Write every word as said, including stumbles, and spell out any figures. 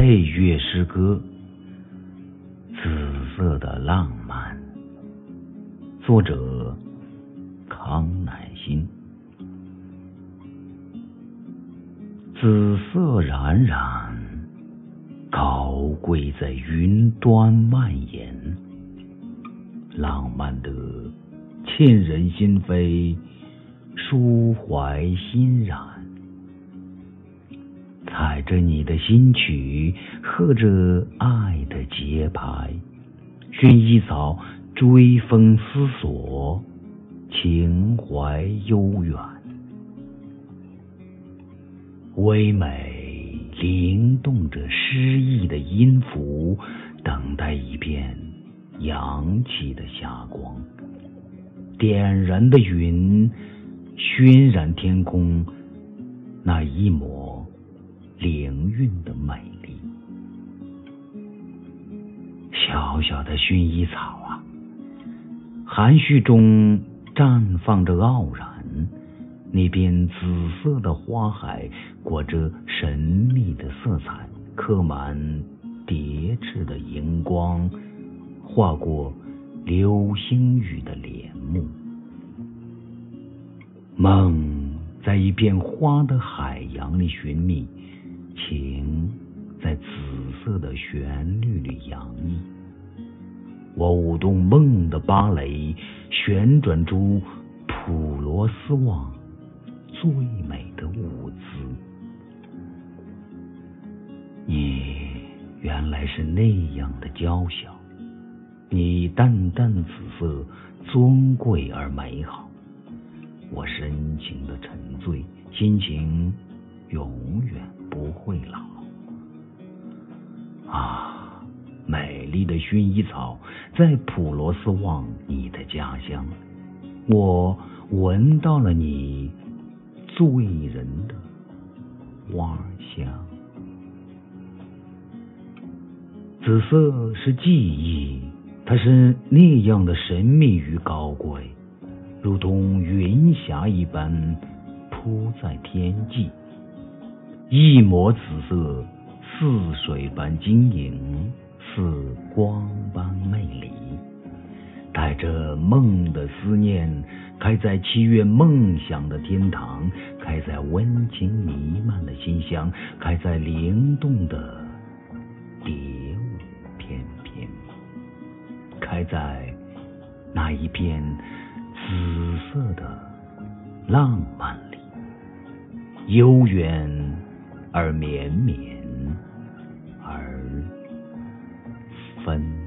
配乐诗歌《紫色的浪漫》，作者康乃馨。紫色冉冉，高贵在云端蔓延，浪漫的沁人心扉，抒怀欣然。踩着你的心曲，和着爱的节拍，薰衣草追风思索，情怀悠远，唯美灵动着诗意的音符，等待一片扬起的霞光，点燃的云，渲染天空那一抹灵韵的美丽。小小的薰衣草啊，含蓄中绽放着傲然，那边紫色的花海裹着神秘的色彩，刻满蝶翅的荧光，划过流星雨的帘幕。梦在一片花的海洋里寻觅，情在紫色的旋律里洋溢。我舞动梦的芭蕾，旋转出普罗斯旺最美的舞姿。你原来是那样的娇小，你淡淡紫色，尊贵而美好。我深情的沉醉，心情永远不会老。啊，美丽的薰衣草，在普罗斯旺你的家乡，我闻到了你醉人的花香。紫色是记忆，它是那样的神秘与高贵，如同云霞一般铺在天际，一抹紫色，似水般晶莹，似光般魅力。带着梦的思念，开在七月梦想的天堂，开在温情弥漫的馨香，开在灵动的蝶舞翩翩，开在那一片紫色的浪漫里，悠远而绵绵而芬